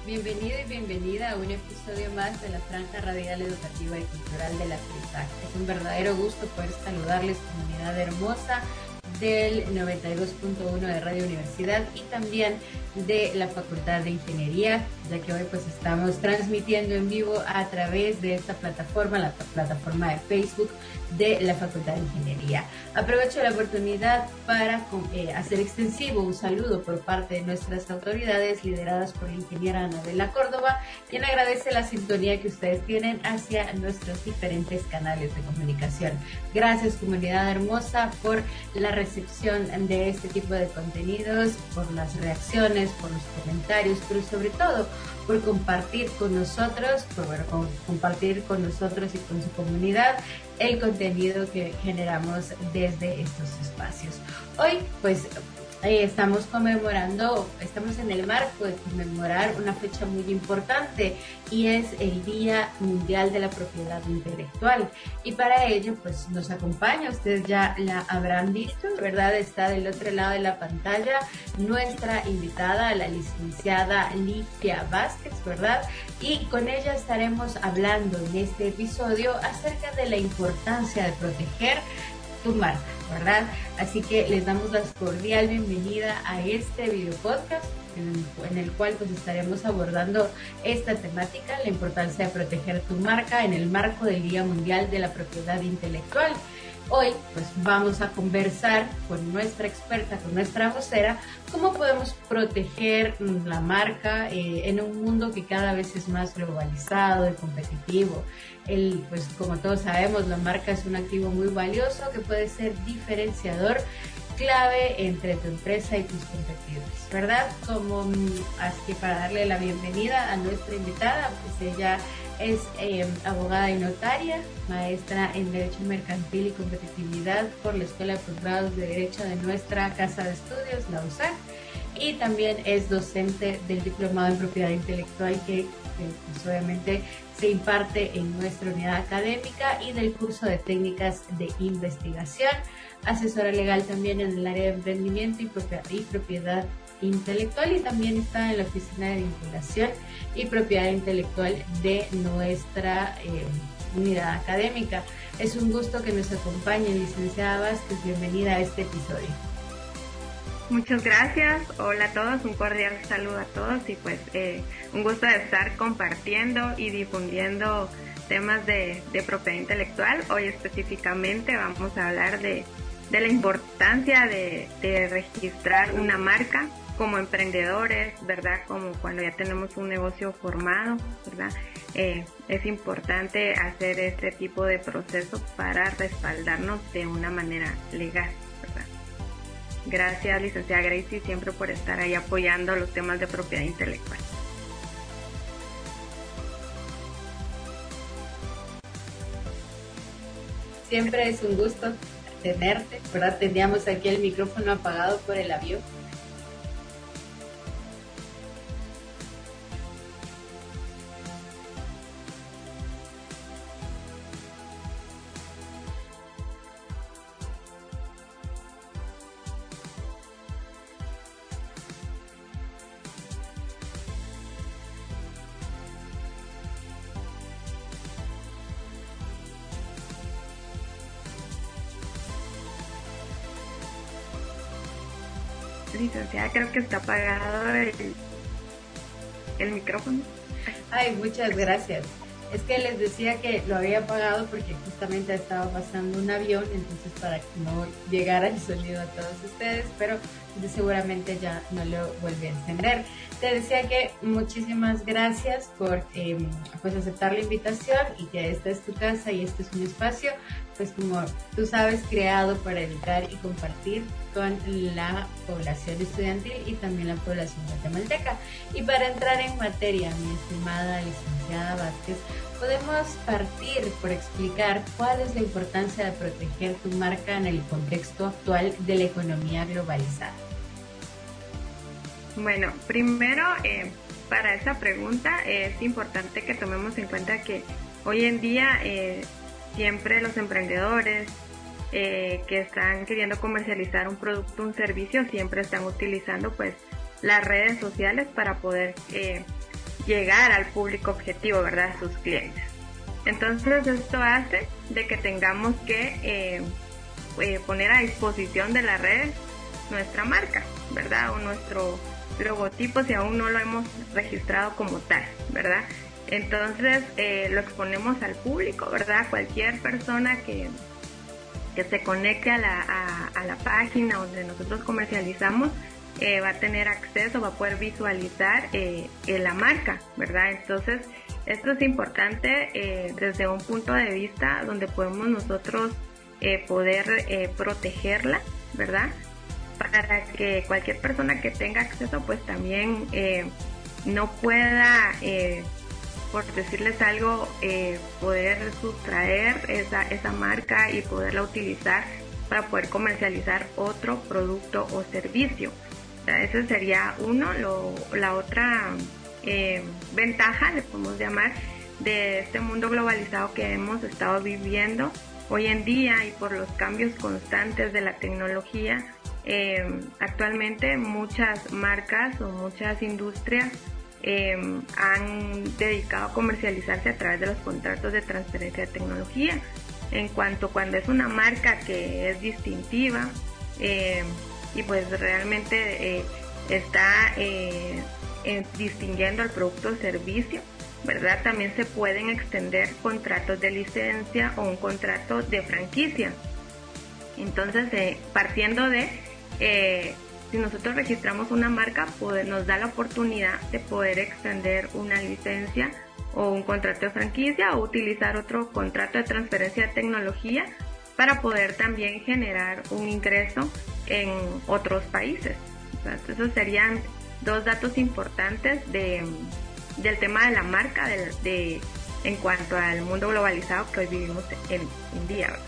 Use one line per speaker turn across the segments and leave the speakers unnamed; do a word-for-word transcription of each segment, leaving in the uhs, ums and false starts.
Bienvenido y bienvenida a un episodio más de la Franja Radial Educativa y Cultural de la FRISAC. Es un verdadero gusto poder saludarles, comunidad hermosa del noventa y dos punto uno de Radio Universidad y también de la Facultad de Ingeniería, ya que hoy pues estamos transmitiendo en vivo a través de esta plataforma, la plataforma de Facebook de la Facultad de Ingeniería. Aprovecho la oportunidad para eh, hacer extensivo un saludo por parte de nuestras autoridades lideradas por la ingeniera Anabela Córdoba, quien agradece la sintonía que ustedes tienen hacia nuestros diferentes canales de comunicación. Gracias, comunidad hermosa, por la recepción de este tipo de contenidos, por las reacciones, por los comentarios, pero sobre todo por compartir con nosotros, por bueno, con, compartir con nosotros y con su comunidad el contenido que generamos desde estos espacios. Hoy, pues, eh, estamos conmemorando, estamos en el marco de conmemorar una fecha muy importante y es el Día Mundial de la Propiedad Intelectual. Y para ello, pues, nos acompaña, ustedes ya la habrán visto, ¿verdad? Está del otro lado de la pantalla nuestra invitada, la licenciada Ligia Vázquez, ¿verdad? Y con ella estaremos hablando en este episodio acerca de la importancia de proteger tu marca, ¿verdad? Así que les damos la cordial bienvenida a este video podcast en, en el cual pues estaremos abordando esta temática, la importancia de proteger tu marca en el marco del Día Mundial de la Propiedad Intelectual. Hoy pues vamos a conversar con nuestra experta, con nuestra vocera, cómo podemos proteger la marca eh, en un mundo que cada vez es más globalizado y competitivo. El, pues como todos sabemos, la marca es un activo muy valioso que puede ser diferenciador clave entre tu empresa y tus competidores, ¿verdad? Como, así que para darle la bienvenida a nuestra invitada, pues ella es eh, abogada y notaria, maestra en Derecho Mercantil y Competitividad por la Escuela de Posgrados de Derecho de nuestra Casa de Estudios, la U S A C, y también es docente del Diplomado en Propiedad Intelectual que, que pues, obviamente se imparte en nuestra unidad académica y del curso de técnicas de investigación, asesora legal también en el área de emprendimiento y propiedad, y propiedad intelectual, y también está en la oficina de vinculación y propiedad intelectual de nuestra eh, unidad académica. Es un gusto que nos acompañe, licenciada Vázquez, bienvenida a este episodio.
Muchas gracias, hola a todos, un cordial saludo a todos y pues eh, un gusto de estar compartiendo y difundiendo temas de, de propiedad intelectual. Hoy específicamente vamos a hablar de, de la importancia de, de registrar una marca como emprendedores, ¿verdad? Como cuando ya tenemos un negocio formado, ¿verdad? Eh, es importante hacer este tipo de proceso para respaldarnos de una manera legal, ¿verdad? Gracias, licenciada Gracie, siempre por estar ahí apoyando los temas de propiedad intelectual.
Siempre es un gusto tenerte, ¿verdad? Teníamos aquí el micrófono apagado por el avión.
Licenciada, creo que está apagado el, el micrófono.
Ay, muchas gracias. Es que les decía que lo había apagado porque justamente estaba pasando un avión, entonces para que no llegara el sonido a todos ustedes, pero seguramente ya no lo volví a encender. Te decía que muchísimas gracias por eh, pues aceptar la invitación y que esta es tu casa y este es un espacio, pues como tú sabes, creado para educar y compartir con la población estudiantil y también la población guatemalteca. Y para entrar en materia, mi estimada licenciada Vázquez, podemos partir por explicar cuál es la importancia de proteger tu marca en el contexto actual de la economía globalizada.
Bueno, primero, eh, para esa pregunta eh, es importante que tomemos en cuenta que hoy en día eh, siempre los emprendedores eh, que están queriendo comercializar un producto o un servicio siempre están utilizando pues las redes sociales para poder eh, llegar al público objetivo, ¿verdad? A sus clientes. Entonces esto hace de que tengamos que eh, eh, poner a disposición de las redes nuestra marca, ¿verdad? O nuestro logotipo si aún no lo hemos registrado como tal, ¿verdad? Entonces eh, lo exponemos al público, ¿verdad? Cualquier persona que, que se conecte a la, a, a la página donde nosotros comercializamos eh, va a tener acceso, va a poder visualizar eh, eh, la marca, ¿verdad? Entonces esto es importante eh, desde un punto de vista donde podemos nosotros eh, poder eh, protegerla, ¿verdad? Para que cualquier persona que tenga acceso pues también eh, no pueda, eh, por decirles algo, eh, poder sustraer esa, esa marca y poderla utilizar para poder comercializar otro producto o servicio. O sea, ese sería uno. Lo, la otra eh, ventaja, le podemos llamar, de este mundo globalizado que hemos estado viviendo hoy en día y por los cambios constantes de la tecnología. Eh, actualmente muchas marcas o muchas industrias eh, han dedicado a comercializarse a través de los contratos de transferencia de tecnología. En cuanto cuando es una marca que es distintiva eh, y pues realmente eh, está eh, eh, distinguiendo el producto o servicio, ¿verdad? También se pueden extender contratos de licencia o un contrato de franquicia. Entonces, eh, partiendo de Eh, si nosotros registramos una marca, pues nos da la oportunidad de poder extender una licencia o un contrato de franquicia o utilizar otro contrato de transferencia de tecnología para poder también generar un ingreso en otros países. Entonces, esos serían dos datos importantes de, del tema de la marca de, de, en cuanto al mundo globalizado que hoy vivimos en, en día, ¿verdad?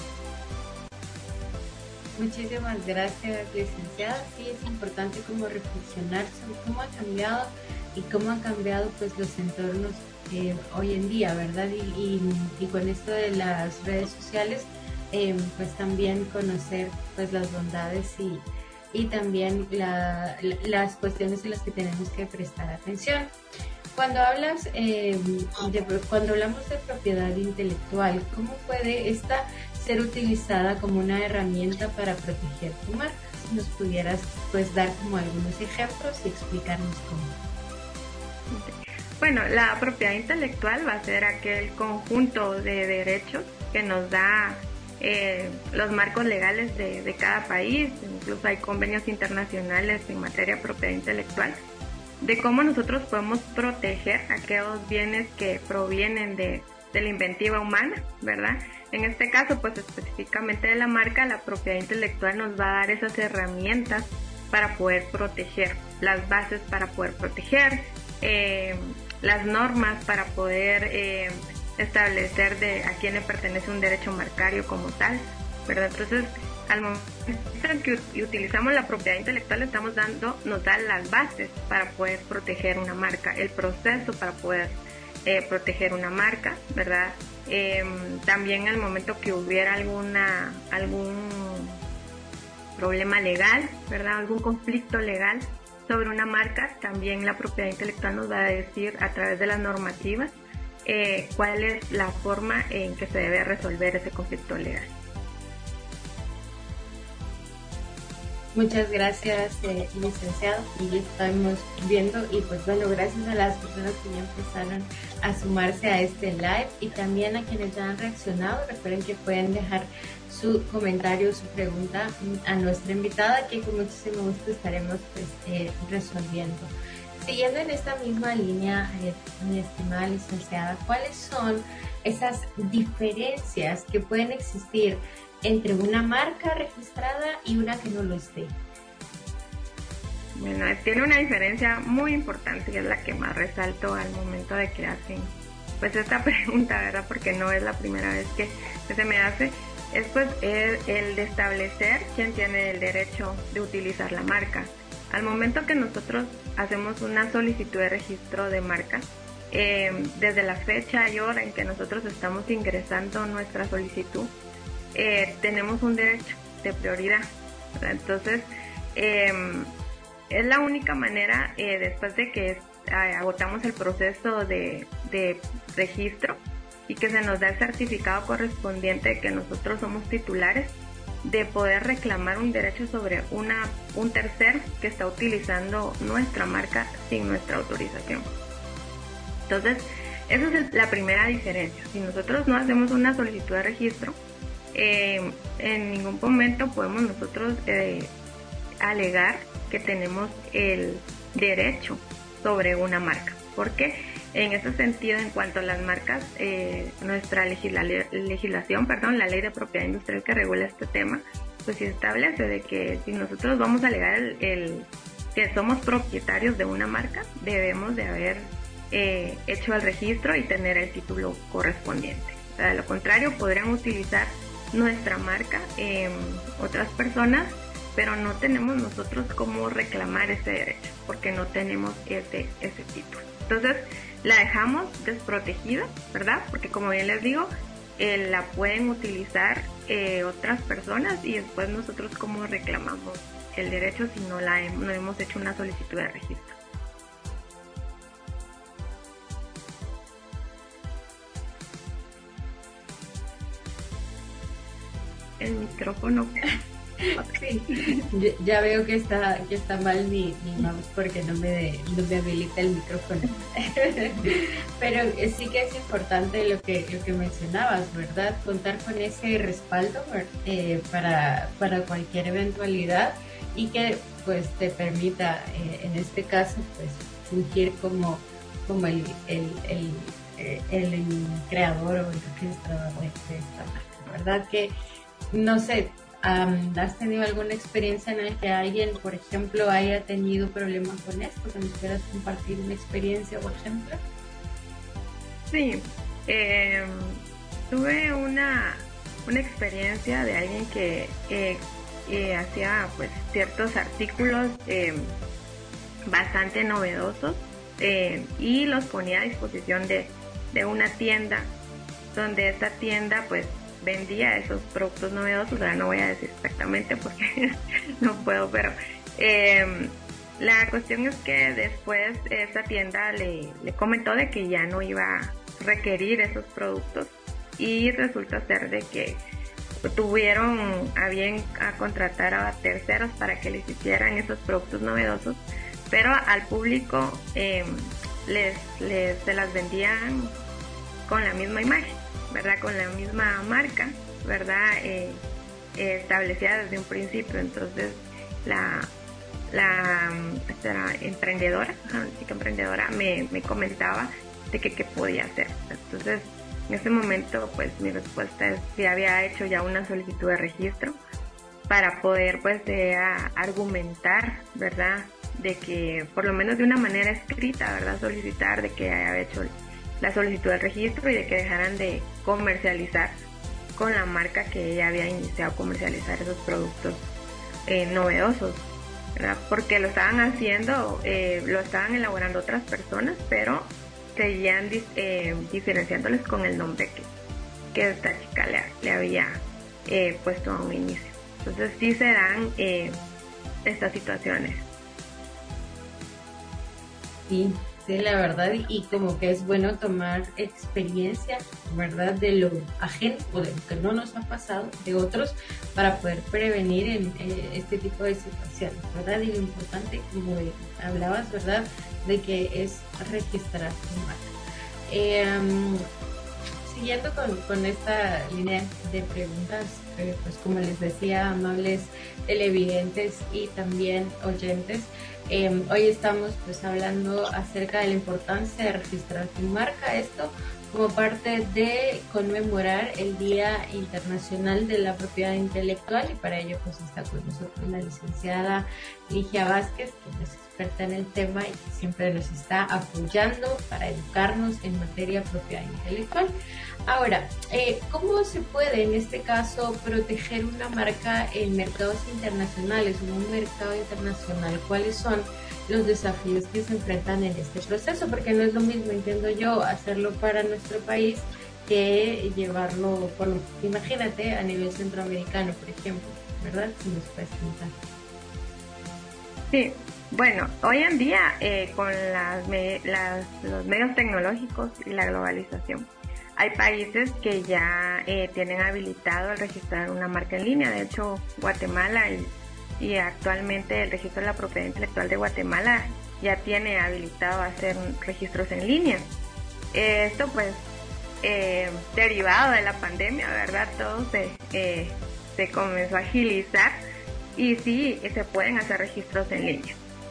Muchísimas gracias, licenciada. Sí, es importante como reflexionar sobre cómo ha cambiado y cómo han cambiado pues los entornos eh, hoy en día, ¿verdad? Y, y, y con esto de las redes sociales, eh, pues también conocer pues las bondades y, y también la, la, las cuestiones en las que tenemos que prestar atención. Cuando hablas, eh, de, cuando hablamos de propiedad intelectual, ¿cómo puede esta ser utilizada como una herramienta para proteger tu marca? Si nos pudieras pues dar como algunos ejemplos y explicarnos cómo.
Bueno, la propiedad intelectual va a ser aquel conjunto de derechos que nos da eh, los marcos legales de, de cada país. Incluso hay convenios internacionales en materia de propiedad intelectual, de cómo nosotros podemos proteger aquellos bienes que provienen de, de la inventiva humana, ¿verdad? En este caso, pues específicamente de la marca, la propiedad intelectual nos va a dar esas herramientas para poder proteger, las bases para poder proteger, eh, las normas para poder eh, establecer de a quién le pertenece un derecho marcario como tal, ¿verdad? Entonces, al momento en que utilizamos la propiedad intelectual, estamos dando, nos da las bases para poder proteger una marca, el proceso para poder eh, proteger una marca, ¿verdad? Eh, también al momento que hubiera alguna algún problema legal, ¿verdad? Algún conflicto legal sobre una marca, también la propiedad intelectual nos va a decir a través de las normativas eh, cuál es la forma en que se debe resolver ese conflicto legal.
Muchas gracias, eh, licenciado. Y estamos viendo, y pues bueno, gracias a las personas que ya empezaron a sumarse a este live y también a quienes ya han reaccionado. Recuerden que pueden dejar su comentario, su pregunta a nuestra invitada, que con muchísimo gusto estaremos pues, eh, resolviendo. Siguiendo en esta misma línea, eh, mi estimada licenciada, ¿cuáles son esas diferencias que pueden existir entre una marca registrada y una que no lo esté?
Bueno, tiene una diferencia muy importante y es la que más resalto al momento de que hacen pues esta pregunta, ¿verdad? Porque no es la primera vez que, que se me hace. Es pues el, el de establecer quién tiene el derecho de utilizar la marca. Al momento que nosotros hacemos una solicitud de registro de marca, eh, desde la fecha y hora en que nosotros estamos ingresando nuestra solicitud, Eh, tenemos un derecho de prioridad, ¿verdad? Entonces eh, es la única manera eh, después de que agotamos el proceso de, de registro y que se nos da el certificado correspondiente de que nosotros somos titulares, de poder reclamar un derecho sobre una, un tercero que está utilizando nuestra marca sin nuestra autorización. Entonces, esa es la primera diferencia. Si nosotros no hacemos una solicitud de registro, eh, en ningún momento podemos nosotros eh, alegar que tenemos el derecho sobre una marca. Porque en ese sentido, en cuanto a las marcas, eh, nuestra legisla legislación, perdón, la ley de propiedad industrial que regula este tema, pues sí establece de que si nosotros vamos a alegar el, el que somos propietarios de una marca, debemos de haber eh, hecho el registro y tener el título correspondiente. O sea, de lo contrario, podrían utilizar nuestra marca eh, otras personas, pero no tenemos nosotros cómo reclamar ese derecho, porque no tenemos ese, ese título. Entonces, la dejamos desprotegida, ¿verdad? Porque como bien les digo, eh, la pueden utilizar eh, otras personas y después nosotros cómo reclamamos el derecho si no, la he, no hemos hecho una solicitud de registro. El micrófono.
Sí, ya veo que está que está mal mi, mi mouse porque no me, no me habilita el micrófono. Pero sí que es importante lo que lo que mencionabas, ¿verdad? Contar con ese respaldo eh, para, para cualquier eventualidad y que pues te permita, eh, en este caso, pues fungir como, como el, el, el, el, el creador o el registrador de esta marca, ¿verdad? Que, no sé, Um, ¿has tenido alguna experiencia en la que alguien, por ejemplo, haya tenido problemas con esto? ¿Que nos quieras compartir una experiencia, por ejemplo?
Sí, eh, tuve una, una experiencia de alguien que eh, eh, hacía pues ciertos artículos eh, bastante novedosos eh, y los ponía a disposición de, de una tienda, donde esta tienda pues vendía esos productos novedosos. Ahora no voy a decir exactamente porque no puedo, pero eh, la cuestión es que después esa tienda le, le comentó de que ya no iba a requerir esos productos y resulta ser de que tuvieron a bien a contratar a terceros para que les hicieran esos productos novedosos, pero al público eh, les, les se las vendían con la misma imagen, ¿verdad? Con la misma marca, ¿verdad? Eh, eh, establecida desde un principio. Entonces, la, la esta emprendedora, una chica emprendedora, me, me comentaba de que qué podía hacer. Entonces, en ese momento, pues, mi respuesta es que había hecho ya una solicitud de registro para poder, pues, de, a, argumentar, ¿verdad? De que, por lo menos de una manera escrita, ¿verdad? Solicitar de que haya hecho la solicitud del registro y de que dejaran de comercializar con la marca que ella había iniciado a comercializar esos productos eh, novedosos, ¿verdad? Porque lo estaban haciendo, eh, lo estaban elaborando otras personas, pero seguían eh, diferenciándoles con el nombre que, que esta chica le, le había eh, puesto a un inicio. Entonces sí se dan eh, estas situaciones.
Sí. Sí, la verdad, y como que es bueno tomar experiencia, ¿verdad? De lo ajeno o de lo que no nos ha pasado de otros para poder prevenir en, eh, este tipo de situaciones, ¿verdad? Y lo importante, como hablabas, ¿verdad? De que es registrar tu marca. Eh, um, siguiendo con, con esta línea de preguntas, eh, pues como les decía, amables televidentes y también oyentes, Eh, hoy estamos pues hablando acerca de la importancia de registrar tu marca, esto como parte de conmemorar el Día Internacional de la Propiedad Intelectual, y para ello pues está con nosotros la licenciada Ligia Vázquez, que es experta en el tema y que siempre nos está apoyando para educarnos en materia de propiedad intelectual. Ahora, eh, ¿cómo se puede en este caso proteger una marca en mercados internacionales, en un mercado internacional? ¿Cuáles son los desafíos que se enfrentan en este proceso? Porque no es lo mismo, entiendo yo, hacerlo para nuestro país que llevarlo, por lo, imagínate, a nivel centroamericano, por ejemplo, ¿verdad? Si nos puedes contar.
Sí, Bueno, hoy en día eh, con las, me, las, los medios tecnológicos y la globalización, hay países que ya eh, tienen habilitado el registrar una marca en línea. De hecho, Guatemala y, y actualmente el registro de la propiedad intelectual de Guatemala ya tiene habilitado hacer registros en línea. Eh, esto pues eh, derivado de la pandemia, ¿verdad? Todo se, eh, se comenzó a agilizar y sí, se pueden hacer registros en línea.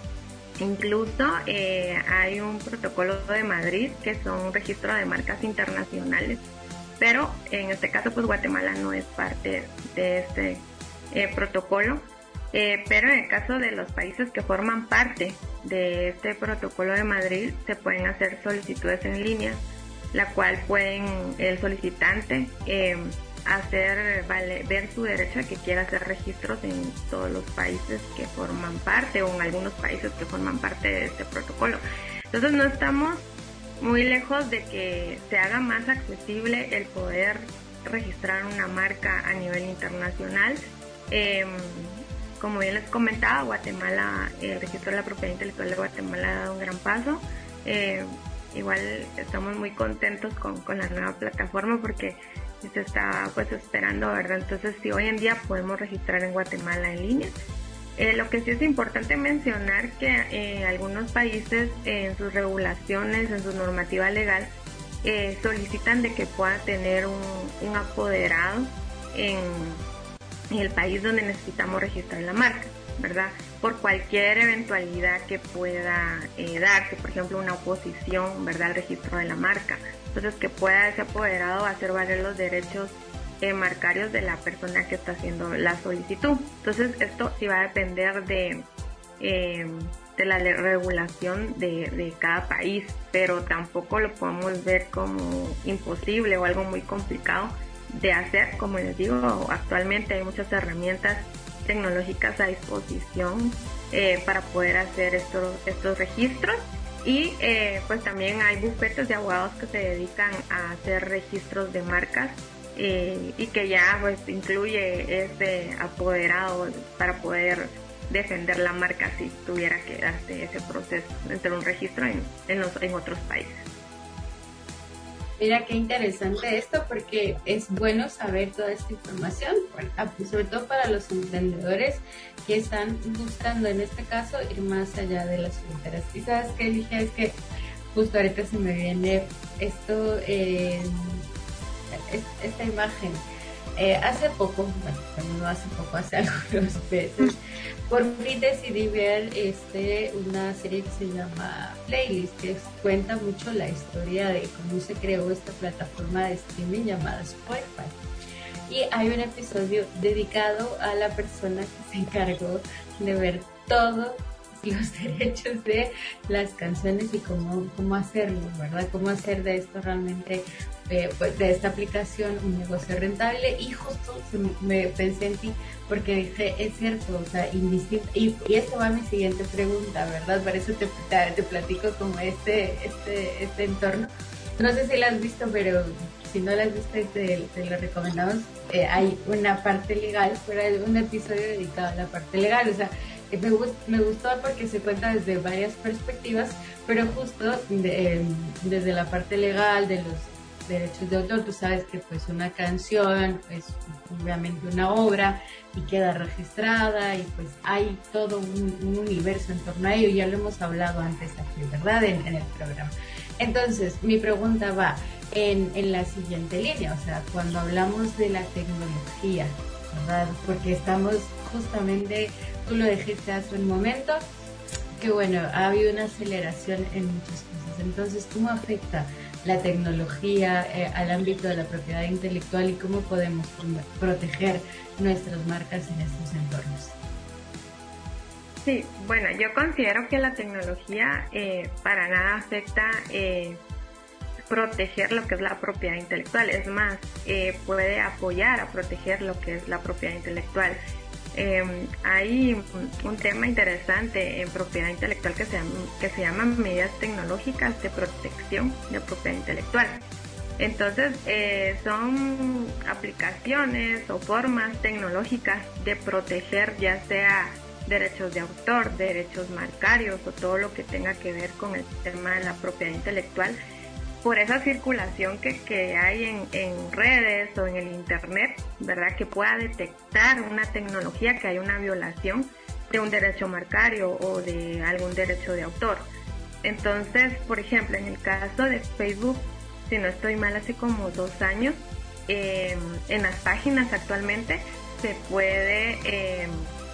Incluso eh, hay un protocolo de Madrid que son un registro de marcas internacionales, pero en este caso pues Guatemala no es parte de este eh, protocolo, eh, pero en el caso de los países que forman parte de este protocolo de Madrid se pueden hacer solicitudes en línea, la cual pueden el solicitante eh, hacer vale, ver su derecho a que quiera hacer registros en todos los países que forman parte o en algunos países que forman parte de este protocolo. Entonces no estamos muy lejos de que se haga más accesible el poder registrar una marca a nivel internacional. Eh, como bien les comentaba, Guatemala, el registro de la propiedad intelectual de Guatemala ha dado un gran paso. Eh, igual estamos muy contentos con, con la nueva plataforma porque se está pues esperando, ¿verdad? Entonces, si hoy en día podemos registrar en Guatemala en línea. Eh, lo que sí es importante mencionar que eh, algunos países eh, en sus regulaciones, en su normativa legal, eh, solicitan de que pueda tener un, un apoderado en, en el país donde necesitamos registrar la marca, ¿verdad? Por cualquier eventualidad que pueda eh, darse, por ejemplo, una oposición, ¿verdad?, al registro de la marca. Entonces, que pueda ese apoderado hacer valer los derechos eh, marcarios de la persona que está haciendo la solicitud. Entonces, esto sí va a depender de, eh, de la regulación de, de cada país, pero tampoco lo podemos ver como imposible o algo muy complicado de hacer. Como les digo, actualmente hay muchas herramientas tecnológicas a disposición eh, para poder hacer estos, estos registros. Y eh, pues también hay bufetes de abogados que se dedican a hacer registros de marcas eh, y que ya pues incluye este apoderado para poder defender la marca si tuviera que darse ese proceso entre un registro en, en, los, en otros países.
Mira qué interesante esto, porque es bueno saber toda esta información, sobre todo para los emprendedores que están buscando en este caso ir más allá de las fronteras. Y sabes qué dije, es que justo ahorita se me viene esto, eh, esta imagen. Eh, hace poco, bueno, no hace poco, hace algunos meses, por fin decidí ver este, una serie que se llama Playlist, que cuenta mucho la historia de cómo se creó esta plataforma de streaming llamada Spotify. Y hay un episodio dedicado a la persona que se encargó de ver todos los derechos de las canciones y cómo, cómo hacerlo, ¿verdad? Cómo hacer de esto realmente, eh, pues de esta aplicación un negocio rentable. Y justo se me, me pensé en ti porque dije, es cierto, o sea, indistinto. Y, y esto va a mi siguiente pregunta, ¿verdad? Por eso te, te, te platico como este, este, este entorno. No sé si la has visto, pero si no la has visto, te, te lo recomendamos. Eh, hay una parte legal, fuera de un episodio dedicado a la parte legal, o sea, Me, gust, me gustó porque se cuenta desde varias perspectivas, pero justo de, eh, desde la parte legal de los derechos de autor. Tú sabes que pues una canción es obviamente una obra y queda registrada y pues hay todo un, un universo en torno a ello, ya lo hemos hablado antes aquí, ¿verdad?, en, en el programa. Entonces mi pregunta va en, en la siguiente línea, o sea, cuando hablamos de la tecnología, ¿verdad?, porque estamos justamente, tú lo dijiste hace un momento, que bueno, ha habido una aceleración en muchas cosas. Entonces, ¿cómo afecta la tecnología eh, al ámbito de la propiedad intelectual y cómo podemos proteger nuestras marcas en estos entornos?
Sí, bueno, yo considero que la tecnología eh, para nada afecta eh, proteger lo que es la propiedad intelectual. Es más, eh, puede apoyar a proteger lo que es la propiedad intelectual. Eh, hay un, un tema interesante en propiedad intelectual que se, llama, que se llama medidas tecnológicas de protección de propiedad intelectual. Entonces, eh, son aplicaciones o formas tecnológicas de proteger ya sea derechos de autor, derechos marcarios o todo lo que tenga que ver con el tema de la propiedad intelectual, por esa circulación que, que hay en, en redes o en el internet, ¿verdad? Que pueda detectar una tecnología que hay una violación de un derecho marcario o de algún derecho de autor. Entonces, por ejemplo, en el caso de Facebook, si no estoy mal, hace como dos años, eh, en las páginas actualmente se puede eh,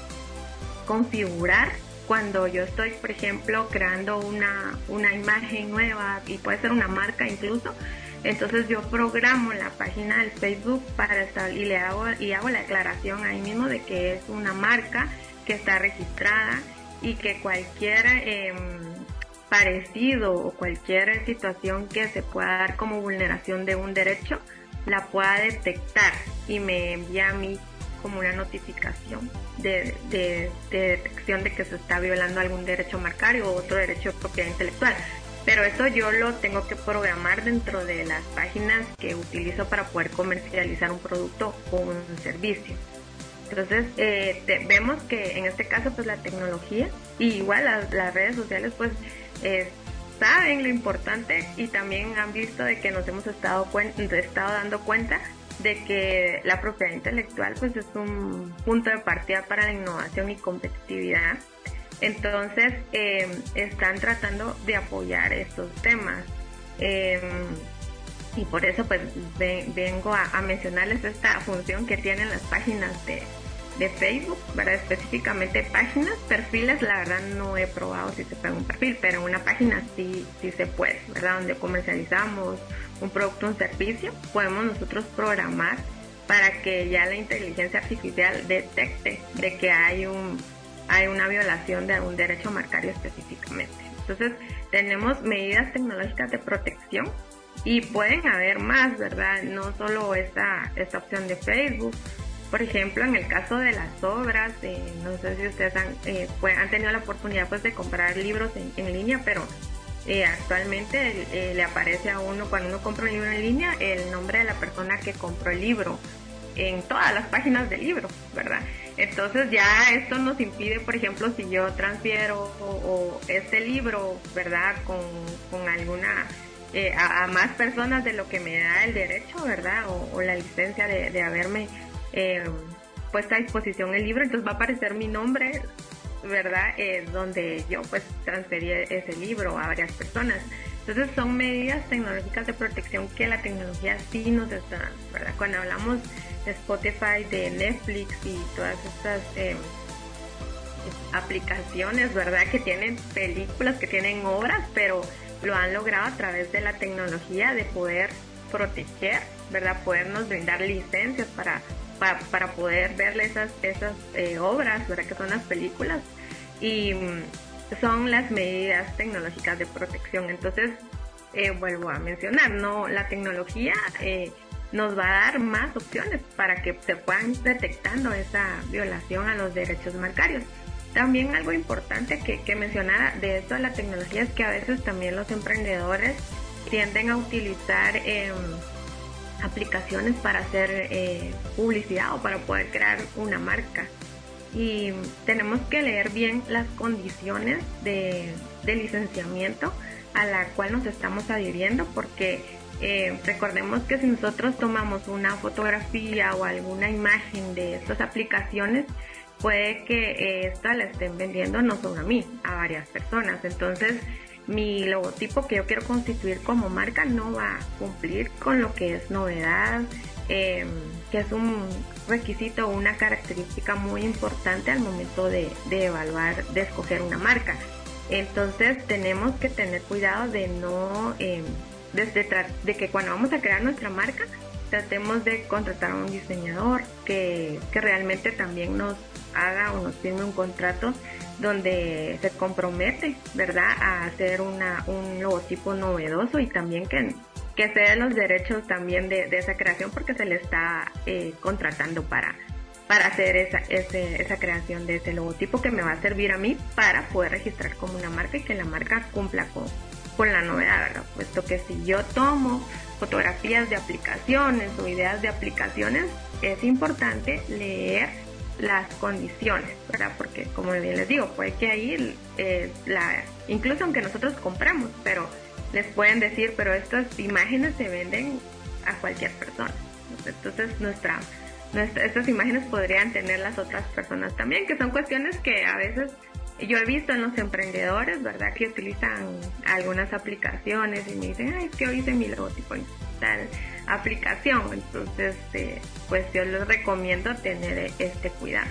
configurar cuando yo estoy, por ejemplo, creando una, una imagen nueva, y puede ser una marca incluso. Entonces yo programo la página del Facebook para estar, y le hago y hago la declaración ahí mismo de que es una marca que está registrada y que cualquier eh, parecido o cualquier situación que se pueda dar como vulneración de un derecho la pueda detectar y me envía a mí como una notificación de, de, de detección de que se está violando algún derecho marcario o otro derecho de propiedad intelectual. Pero eso yo lo tengo que programar dentro de las páginas que utilizo para poder comercializar un producto o un servicio. Entonces eh, te, vemos que en este caso pues la tecnología y igual las, las redes sociales pues eh, saben lo importante y también han visto de que nos hemos estado, cuen- estado dando cuenta de que la propiedad intelectual pues es un punto de partida para la innovación y competitividad. Entonces eh, están tratando de apoyar estos temas eh, y por eso pues ve, vengo a, a mencionarles esta función que tienen las páginas de, de Facebook, ¿verdad? Específicamente páginas, perfiles, la verdad no he probado si se puede un perfil, pero una página sí, sí se puede, ¿verdad? Donde comercializamos un producto o un servicio, podemos nosotros programar para que ya la inteligencia artificial detecte de que hay un hay una violación de un derecho marcario específicamente. Entonces tenemos medidas tecnológicas de protección y pueden haber más, ¿verdad? No solo esta, esta opción de Facebook. Por ejemplo, en el caso de las obras, eh, no sé si ustedes han, eh, pues, han tenido la oportunidad pues de comprar libros en, en línea, pero eh, actualmente eh, le aparece a uno, cuando uno compra un libro en línea, el nombre de la persona que compró el libro en todas las páginas del libro, ¿verdad? Entonces ya esto nos impide, por ejemplo, si yo transfiero o, o este libro, ¿verdad? Con, con alguna, eh, a, a más personas de lo que me da el derecho, ¿verdad? O, o la licencia de, de haberme eh, puesto a disposición el libro, entonces va a aparecer mi nombre, ¿verdad? Eh, donde yo pues transferí ese libro a varias personas. Entonces son medidas tecnológicas de protección que la tecnología sí nos está dando, ¿verdad? Cuando hablamos de Spotify, de Netflix y todas estas eh, aplicaciones, ¿verdad? Que tienen películas, que tienen obras, pero lo han logrado a través de la tecnología de poder proteger, ¿verdad? Podernos brindar licencias para, para, para poder ver esas, esas eh, obras, ¿verdad? Que son las películas. Y son las medidas tecnológicas de protección. Entonces, eh, vuelvo a mencionar, no, la tecnología eh, nos va a dar más opciones para que se puedan detectando esa violación a los derechos marcarios. También algo importante que, que mencionar de esto de la tecnología es que a veces también los emprendedores tienden a utilizar eh, aplicaciones para hacer eh, publicidad o para poder crear una marca. Y tenemos que leer bien las condiciones de, de licenciamiento a la cual nos estamos adhiriendo, porque eh, recordemos que si nosotros tomamos una fotografía o alguna imagen de estas aplicaciones, puede que eh, esta la estén vendiendo no solo a mí, a varias personas. Entonces mi logotipo que yo quiero constituir como marca no va a cumplir con lo que es novedad, eh, que es un requisito o una característica muy importante al momento de, de evaluar, de escoger una marca. Entonces tenemos que tener cuidado de no, eh, desde tra- de que cuando vamos a crear nuestra marca, tratemos de contratar a un diseñador que, que realmente también nos haga o nos firme un contrato donde se compromete, ¿verdad?, a hacer una, un logotipo novedoso y también que que se den los derechos también de, de esa creación, porque se le está eh, contratando para, para hacer esa, ese, esa creación de ese logotipo que me va a servir a mí para poder registrar como una marca y que la marca cumpla con, con la novedad, ¿verdad? Puesto que si yo tomo fotografías de aplicaciones o ideas de aplicaciones, es importante leer las condiciones, ¿verdad? Porque como bien les digo, puede que ahí, eh, la, incluso aunque nosotros compramos, pero les pueden decir, pero estas imágenes se venden a cualquier persona. Entonces nuestra, nuestra estas imágenes podrían tener las otras personas también, que son cuestiones que a veces yo he visto en los emprendedores, ¿verdad? Que utilizan algunas aplicaciones y me dicen, ay, es que hoy hice mi logotipo en tal aplicación. Entonces, eh, pues yo les recomiendo tener este cuidado.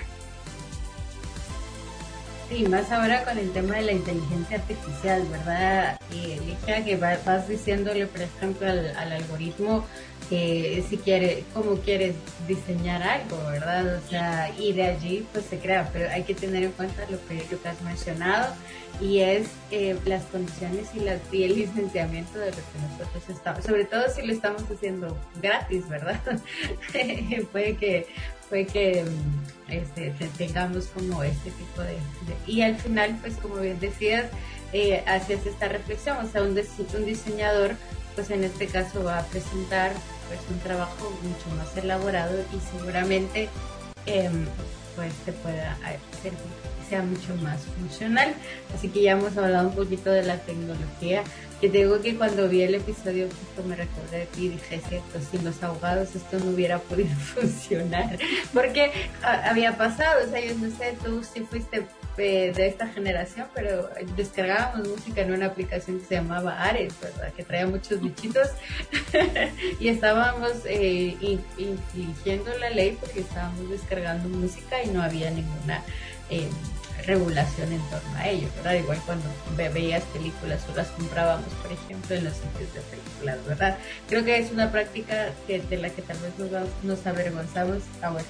Sí, más ahora con el tema de la inteligencia artificial, ¿verdad? Eh, Ligia, que va, vas diciéndole, por ejemplo, al, al algoritmo eh, si quiere, cómo quieres diseñar algo, ¿verdad? O sea, y de allí pues se crea, pero hay que tener en cuenta lo que, lo que has mencionado, y es eh, las condiciones y, la, y el licenciamiento de lo que nosotros estamos, sobre todo si lo estamos haciendo gratis, ¿verdad? puede que puede que este, tengamos como este tipo de, de... Y al final, pues como bien decías, eh, haces esta reflexión, o sea, un, un diseñador, pues en este caso va a presentar pues un trabajo mucho más elaborado y seguramente eh, pues te pueda hacer que sea mucho más funcional. Así que ya hemos hablado un poquito de la tecnología, que te digo que cuando vi el episodio justo me recordé de ti y dije, cierto, sin los abogados esto no hubiera podido funcionar, porque a, había pasado, o sea, yo no sé, tú sí fuiste de, de esta generación, pero descargábamos música en una aplicación que se llamaba Ares, ¿verdad? Que traía muchos bichitos y estábamos eh, infringiendo la ley porque estábamos descargando música y no había ninguna eh, regulación en torno a ello, ¿verdad? Igual cuando ve, veías películas o las comprábamos, por ejemplo, en los sitios de películas, ¿verdad? Creo que es una práctica que, de la que tal vez nos, nos avergonzamos ahora.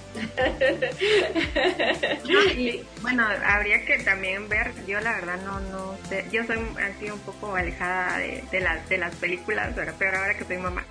Y bueno, habría que también ver, yo la verdad no no sé, yo soy así un poco alejada de, de, las, de las películas, ¿verdad? Pero ahora que soy mamá.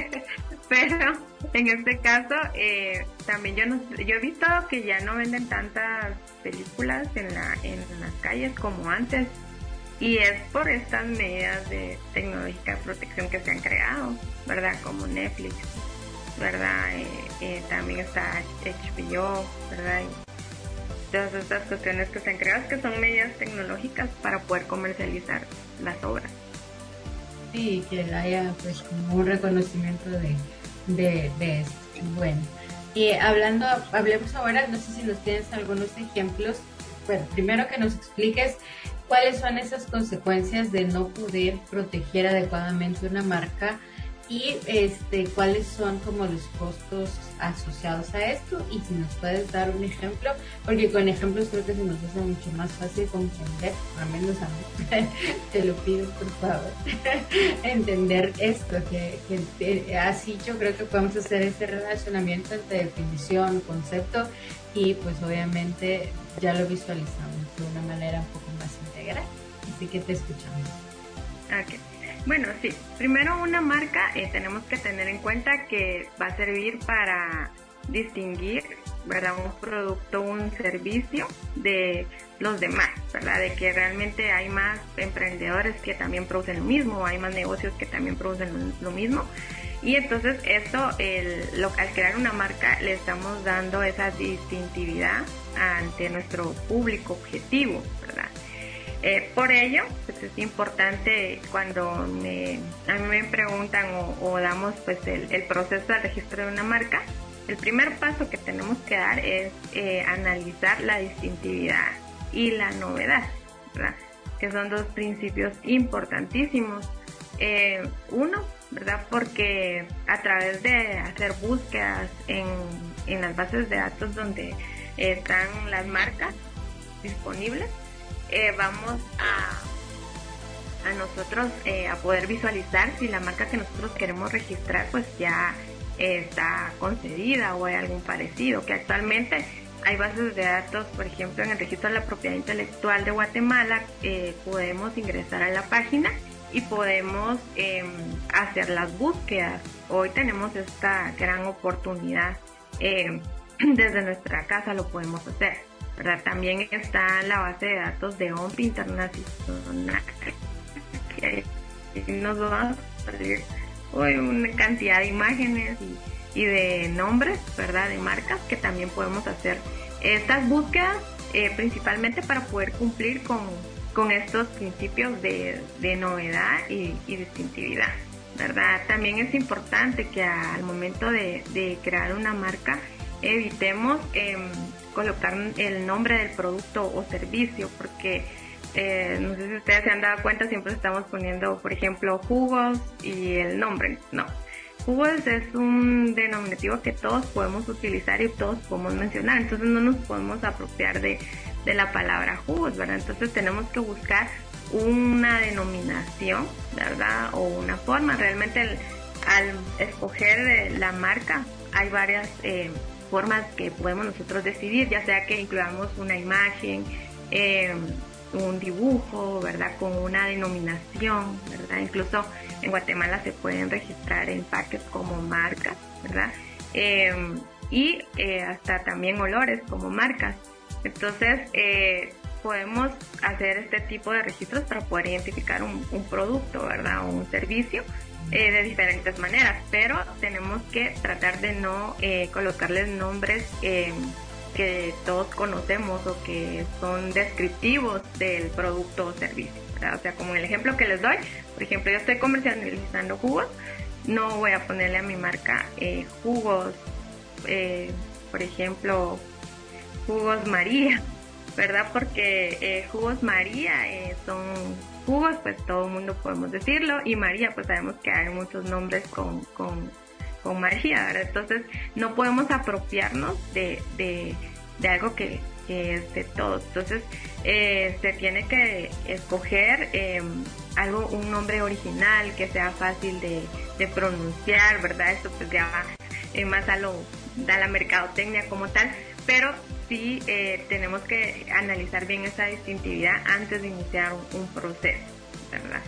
Pero en este caso, eh, también yo no, yo he visto que ya no venden tantas películas en la en las calles como antes, y es por estas medidas de tecnológica de protección que se han creado, ¿verdad? Como Netflix, ¿verdad? Eh, eh, también está H B O, ¿verdad? Y todas estas cuestiones que se han creado, que son medidas tecnológicas para poder comercializar las obras.
Sí, que haya pues como un reconocimiento de, de, de esto. Bueno, y hablando, hablemos ahora, no sé si nos tienes algunos ejemplos. Bueno, primero que nos expliques cuáles son esas consecuencias de no poder proteger adecuadamente una marca y este cuáles son como los costos asociados a esto, y si nos puedes dar un ejemplo, porque con ejemplos creo que se nos hace mucho más fácil comprender, al menos a mí, te lo pido por favor, entender esto, que, que así yo creo que podemos hacer ese relacionamiento entre definición, concepto, y pues obviamente ya lo visualizamos de una manera un poco más integral, así que te escuchamos.
Okay. Bueno, sí. Primero, una marca eh, tenemos que tener en cuenta que va a servir para distinguir, ¿verdad? Un producto, un servicio de los demás, ¿verdad? De que realmente hay más emprendedores que también producen lo mismo, hay más negocios que también producen lo mismo. Y entonces esto, el, lo, al crear una marca, le estamos dando esa distintividad ante nuestro público objetivo, ¿verdad? Eh, por ello, pues es importante cuando me, a mí me preguntan o, o damos pues el, el proceso de registro de una marca, el primer paso que tenemos que dar es eh, analizar la distintividad y la novedad, ¿verdad? Que son dos principios importantísimos. Eh, uno, ¿verdad? Porque a través de hacer búsquedas en, en las bases de datos donde están las marcas disponibles, Eh, vamos a, a nosotros eh, a poder visualizar si la marca que nosotros queremos registrar pues ya eh, está concedida o hay algún parecido, que actualmente hay bases de datos, por ejemplo en el registro de la propiedad intelectual de Guatemala, eh, podemos ingresar a la página y podemos eh, hacer las búsquedas. Hoy tenemos esta gran oportunidad, eh, desde nuestra casa lo podemos hacer, ¿verdad? También está la base de datos de O M P Internacional, que nos va a salir hoy una cantidad de imágenes y, y de nombres, ¿verdad? De marcas que también podemos hacer estas búsquedas eh, principalmente para poder cumplir con, con estos principios de, de novedad y, y distintividad, ¿verdad? También es importante que al momento de, de crear una marca evitemos eh, colocar el nombre del producto o servicio, porque eh, no sé si ustedes se han dado cuenta, siempre estamos poniendo, por ejemplo, jugos y el nombre. No, jugos es un denominativo que todos podemos utilizar y todos podemos mencionar, entonces no nos podemos apropiar de, de la palabra jugos, ¿verdad? Entonces tenemos que buscar una denominación, ¿verdad? O una forma. Realmente el, al escoger la marca hay varias eh, formas que podemos nosotros decidir, ya sea que incluyamos una imagen, eh, un dibujo, ¿verdad? Con una denominación, ¿verdad? Incluso en Guatemala se pueden registrar empaques como marcas, ¿verdad? Eh, y eh, hasta también olores como marcas. Entonces, eh, podemos hacer este tipo de registros para poder identificar un, un producto, ¿verdad? O un servicio eh, de diferentes maneras, pero tenemos que tratar de no eh, colocarles nombres eh, que todos conocemos o que son descriptivos del producto o servicio, ¿verdad? O sea, como el ejemplo que les doy, por ejemplo, yo estoy comercializando jugos, no voy a ponerle a mi marca eh, jugos, eh, por ejemplo, jugos María, ¿verdad? Porque eh, jugos María eh, son jugos, pues todo el mundo podemos decirlo, y María, pues sabemos que hay muchos nombres con, con, con María, ¿verdad? Entonces no podemos apropiarnos de, de, de algo que, que es de todos. Entonces eh, se tiene que escoger eh, algo, un nombre original que sea fácil de, de pronunciar, ¿verdad? Esto pues ya va eh, más a lo, da la mercadotecnia como tal, pero sí eh, tenemos que analizar bien esa distintividad antes de iniciar un, un proceso, ¿verdad?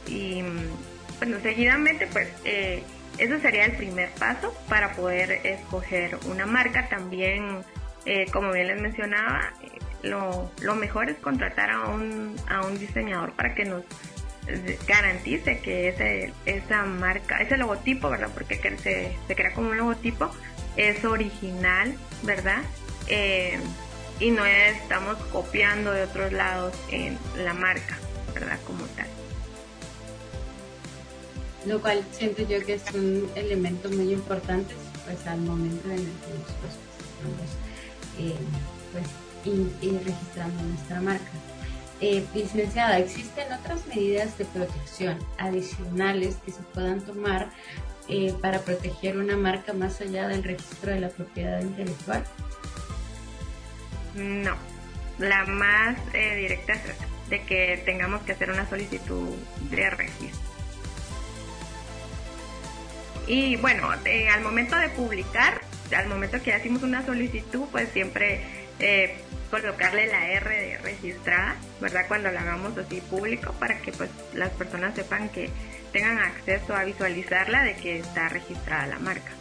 Y bueno, seguidamente pues eh, eso sería el primer paso para poder escoger una marca. También eh, como bien les mencionaba, eh, lo, lo mejor es contratar a un, a un diseñador para que nos garantice que ese, esa marca, ese logotipo, ¿verdad? Porque se, se crea como un logotipo, es original, ¿verdad? Eh, y no estamos copiando de otros lados en la marca, ¿verdad? Como tal.
Lo cual siento yo que es un elemento muy importante, pues al momento en el que nosotros estamos eh, pues, in, y registrando nuestra marca. Eh, licenciada, ¿existen otras medidas de protección adicionales que se puedan tomar eh, para proteger una marca más allá del registro de la propiedad intelectual?
No, la más eh, directa es esa, de que tengamos que hacer una solicitud de registro. Y bueno, eh, al momento de publicar, al momento que hacemos una solicitud, pues siempre eh, colocarle la R de registrada, ¿verdad? Cuando la hagamos así público, para que pues las personas sepan que tengan acceso a visualizarla de que está registrada la marca.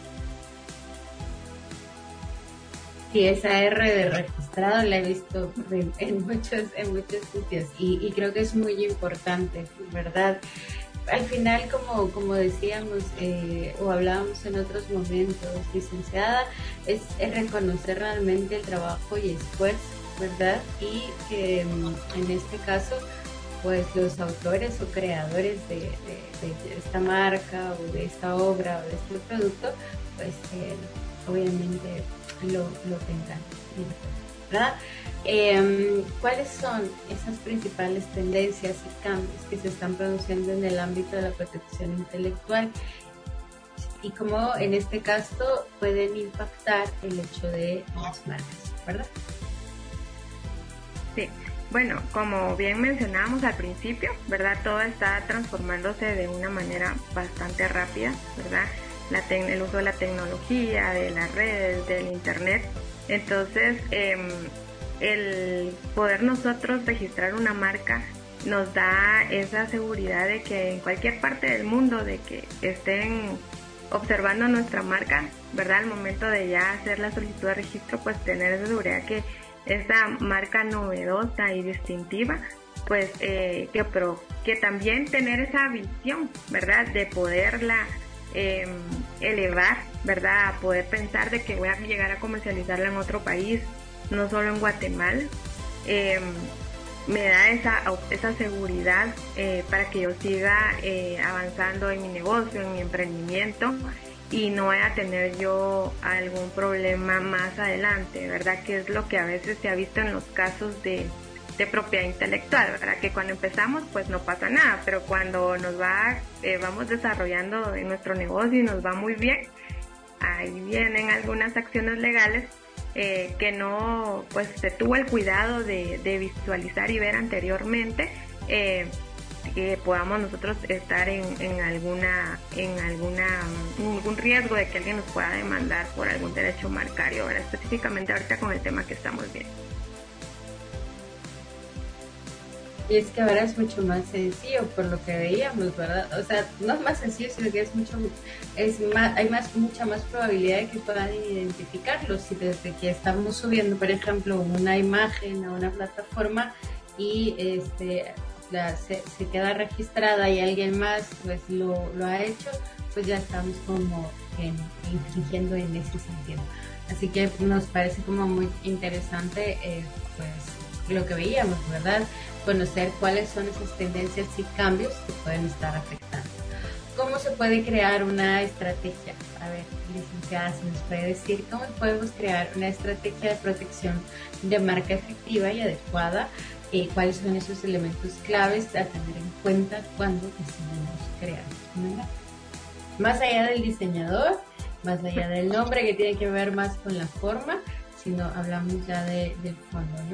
Sí, esa R de registrado la he visto en muchos, en muchos sitios y, y creo que es muy importante, ¿verdad? Al final, como, como decíamos eh, o hablábamos en otros momentos, licenciada, es, es reconocer realmente el trabajo y esfuerzo, ¿verdad? Y que en este caso, pues los autores o creadores de, de, de esta marca o de esta obra o de este producto, pues eh, obviamente lo, lo tengan, ¿verdad? Eh, ¿Cuáles son esas principales tendencias y cambios que se están produciendo en el ámbito de la protección intelectual y cómo en este caso pueden impactar el hecho de las marcas, ¿verdad?
Sí, bueno, como bien mencionábamos al principio, ¿verdad? Todo está transformándose de una manera bastante rápida, ¿verdad? La te- el uso de la tecnología, de las redes, del internet. Entonces, eh, el poder nosotros registrar una marca nos da esa seguridad de que en cualquier parte del mundo, de que estén observando nuestra marca, ¿verdad? Al momento de ya hacer la solicitud de registro, pues tener esa seguridad que esa marca novedosa y distintiva, pues eh, que, pero, que también tener esa visión, ¿verdad? De poderla eh, elevar, ¿verdad? A poder pensar de que voy a llegar a comercializarla en otro país no solo en Guatemala. Eh, me da esa, esa seguridad eh, para que yo siga eh, avanzando en mi negocio, en mi emprendimiento, y no vaya a tener yo algún problema más adelante, ¿verdad? Que es lo que a veces se ha visto en los casos de, de propiedad intelectual, ¿verdad? Que cuando empezamos pues no pasa nada, pero cuando nos va, eh, vamos desarrollando en nuestro negocio y nos va muy bien, ahí vienen algunas acciones legales eh, que no, pues se tuvo el cuidado de, de visualizar y ver anteriormente, eh, que podamos nosotros estar en, en alguna en alguna en algún riesgo de que alguien nos pueda demandar por algún derecho marcario, ¿verdad? Específicamente ahorita con el tema que estamos viendo.
Y es que ahora es mucho más sencillo por lo que veíamos, ¿verdad? O sea, no es más sencillo, sino que es mucho, es más, hay más, mucha más probabilidad de que puedan identificarlo. Si desde que estamos subiendo, por ejemplo, una imagen a una plataforma y este la, se, se queda registrada y alguien más pues lo, lo ha hecho, pues ya estamos como en, infringiendo en ese sentido. Así que nos parece como muy interesante eh, pues lo que veíamos, ¿verdad? Conocer cuáles son esas tendencias y cambios que pueden estar afectando. ¿Cómo se puede crear una estrategia? A ver, licenciada, ¿se nos puede decir cómo podemos crear una estrategia de protección de marca efectiva y adecuada? Eh, ¿Cuáles son esos elementos claves a tener en cuenta cuando decidimos crear una marca? Más allá del diseñador, más allá del nombre que tiene que ver más con la forma, sino hablamos ya de, del fondo, ¿no?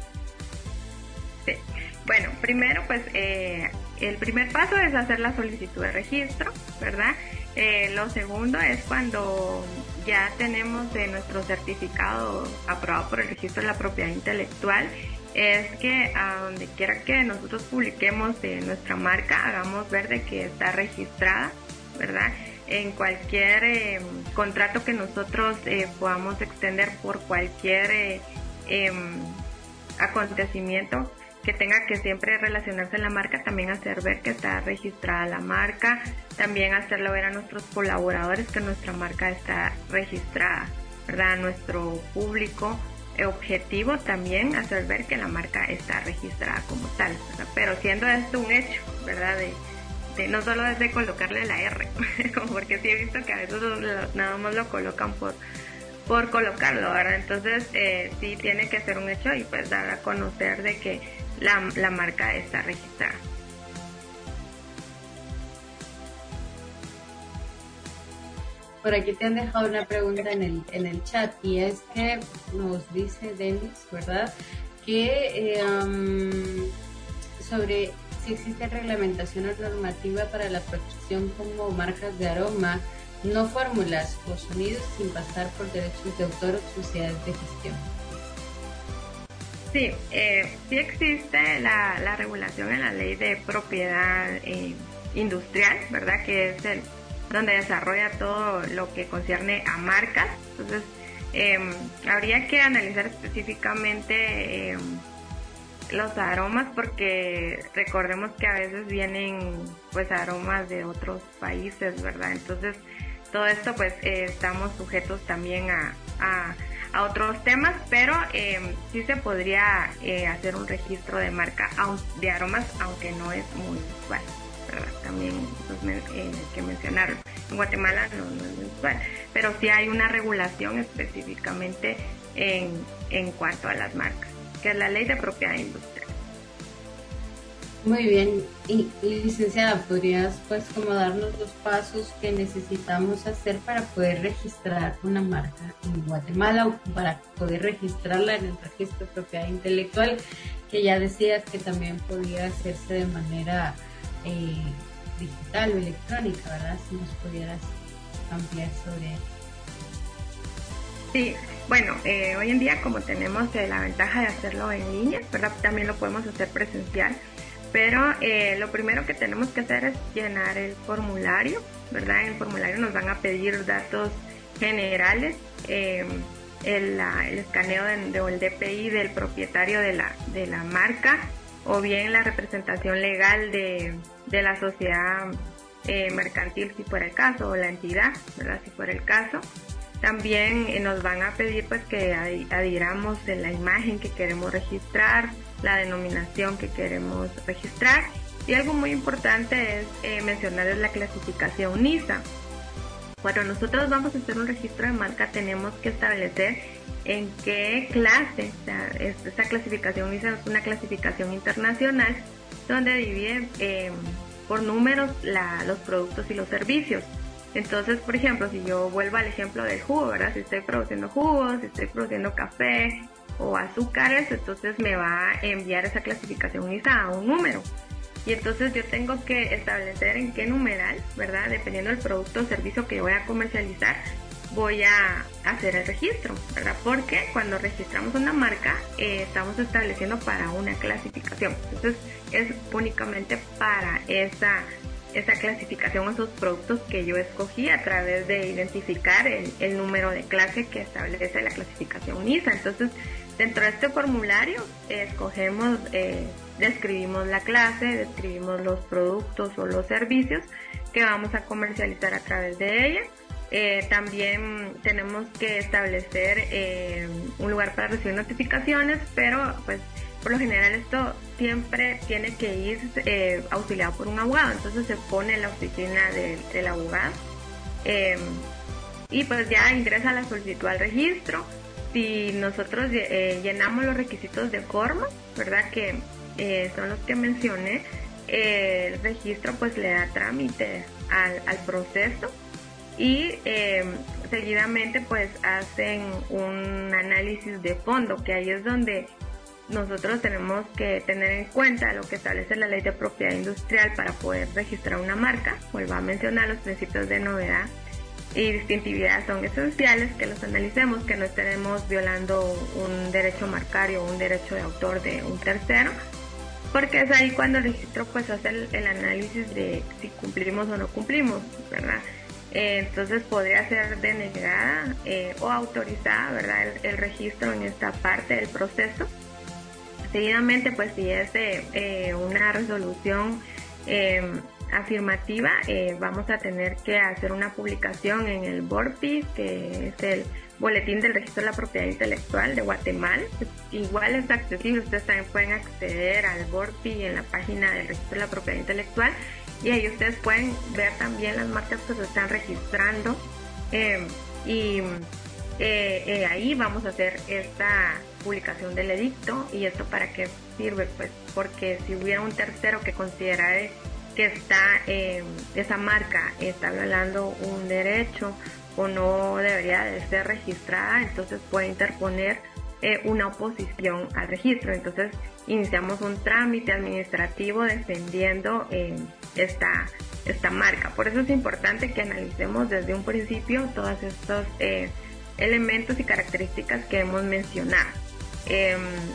Sí. Bueno, primero pues eh, el primer paso es hacer la solicitud de registro, ¿verdad? Eh, lo segundo es cuando ya tenemos de nuestro certificado aprobado por el registro de la propiedad intelectual, es que a donde quiera que nosotros publiquemos de nuestra marca, hagamos ver de que está registrada, ¿verdad? En cualquier eh, contrato que nosotros eh, podamos extender por cualquier eh, eh, acontecimiento que tenga que siempre relacionarse en la marca, también hacer ver que está registrada la marca, también hacerlo ver a nuestros colaboradores que nuestra marca está registrada, ¿verdad? A nuestro público objetivo también hacer ver que la marca está registrada como tal, ¿verdad? Pero siendo esto un hecho, ¿verdad? De, de no solo desde colocarle la R, porque sí he visto que a veces lo, lo, nada más lo colocan por por colocarlo, ¿verdad? Entonces eh, sí tiene que ser un hecho y pues dar a conocer de que la, la marca está registrada.
Por aquí te han dejado una pregunta en el, en el chat y es que nos dice Denis, ¿verdad? Que eh, um, sobre si existe reglamentación o normativa para la protección como marcas de aroma, no fórmulas o sonidos sin pasar por derechos de autor o sociedades de gestión.
Sí, eh, sí existe la, la regulación en la ley de propiedad eh, industrial, ¿verdad? Que es el donde desarrolla todo lo que concierne a marcas. Entonces, eh, habría que analizar específicamente eh, los aromas, porque recordemos que a veces vienen pues aromas de otros países, ¿verdad? Entonces, todo esto pues eh, estamos sujetos también a, a, a otros temas, pero eh, sí se podría eh, hacer un registro de marca de aromas, aunque no es muy usual, ¿verdad? También pues, eh, hay que mencionarlo. En Guatemala no, no es muy usual, pero sí hay una regulación específicamente en, en cuanto a las marcas, que es la ley de propiedad industrial.
Muy bien, y, y licenciada, ¿podrías pues como darnos los pasos que necesitamos hacer para poder registrar una marca en Guatemala o para poder registrarla en el registro de propiedad intelectual, que ya decías que también podía hacerse de manera eh, digital o electrónica, ¿verdad? Si nos pudieras ampliar sobre eso.
Sí, bueno, eh, hoy en día como tenemos eh, la ventaja de hacerlo en línea, ¿verdad? También lo podemos hacer presencial. Pero eh, lo primero que tenemos que hacer es llenar el formulario, ¿verdad? En el formulario nos van a pedir datos generales, eh, el, la, el escaneo de, de, o el D P I del propietario de la, de la marca, o bien la representación legal de, de la sociedad eh, mercantil, si fuera el caso, o la entidad, ¿verdad? Si fuera el caso. También eh, nos van a pedir pues que adhiramos en la imagen que queremos registrar, la denominación que queremos registrar, y algo muy importante es eh, mencionarles la clasificación NISA. Cuando nosotros vamos a hacer un registro de marca, tenemos que establecer en qué clase. O sea, esta clasificación NISA es una clasificación internacional donde divide eh, por números la, los productos y los servicios. Entonces, por ejemplo, si yo vuelvo al ejemplo del jugo, ¿verdad? Si estoy produciendo jugos, si estoy produciendo café o azúcares, entonces me va a enviar esa clasificación NISA a un número. Y entonces yo tengo que establecer en qué numeral, ¿verdad? Dependiendo del producto o servicio que yo voy a comercializar, voy a hacer el registro, ¿verdad? Porque cuando registramos una marca, eh, estamos estableciendo para una clasificación. Entonces es únicamente para esa esa clasificación o esos productos que yo escogí a través de identificar el, el número de clase que establece la clasificación NISA. Entonces, dentro de este formulario eh, escogemos, eh, describimos la clase, describimos los productos o los servicios que vamos a comercializar a través de ella. Eh, también tenemos que establecer eh, un lugar para recibir notificaciones, pero pues por lo general esto siempre tiene que ir eh, auxiliado por un abogado, entonces se pone en la oficina de, del abogado eh, y pues ya ingresa la solicitud al registro. Si nosotros eh, llenamos los requisitos de forma, ¿verdad? Que eh, son los que mencioné, eh, el registro pues le da trámite al, al proceso y eh, seguidamente pues hacen un análisis de fondo, que ahí es donde nosotros tenemos que tener en cuenta lo que establece la ley de propiedad industrial para poder registrar una marca. Vuelvo a mencionar, los principios de novedad y distintividad son esenciales, que los analicemos, que no estaremos violando un derecho marcario o un derecho de autor de un tercero, porque es ahí cuando el registro pues hace el, el análisis de si cumplimos o no cumplimos, ¿verdad? Eh, entonces podría ser denegada eh, o autorizada, ¿verdad? El, el registro en esta parte del proceso. Seguidamente, pues si es de, eh, una resolución eh, afirmativa, eh, vamos a tener que hacer una publicación en el BORPI, que es el Boletín del Registro de la Propiedad Intelectual de Guatemala. Igual es accesible, ustedes también pueden acceder al BORPI en la página del Registro de la Propiedad Intelectual, y ahí ustedes pueden ver también las marcas que se están registrando eh, y eh, eh, ahí vamos a hacer esta publicación del edicto. ¿Y esto para qué sirve? Pues porque si hubiera un tercero que considerara que está eh, esa marca está violando un derecho o no debería de ser registrada, entonces puede interponer eh, una oposición al registro. Entonces iniciamos un trámite administrativo defendiendo eh, esta esta marca. Por eso es importante que analicemos desde un principio todos estos eh, elementos y características que hemos mencionado. Eh,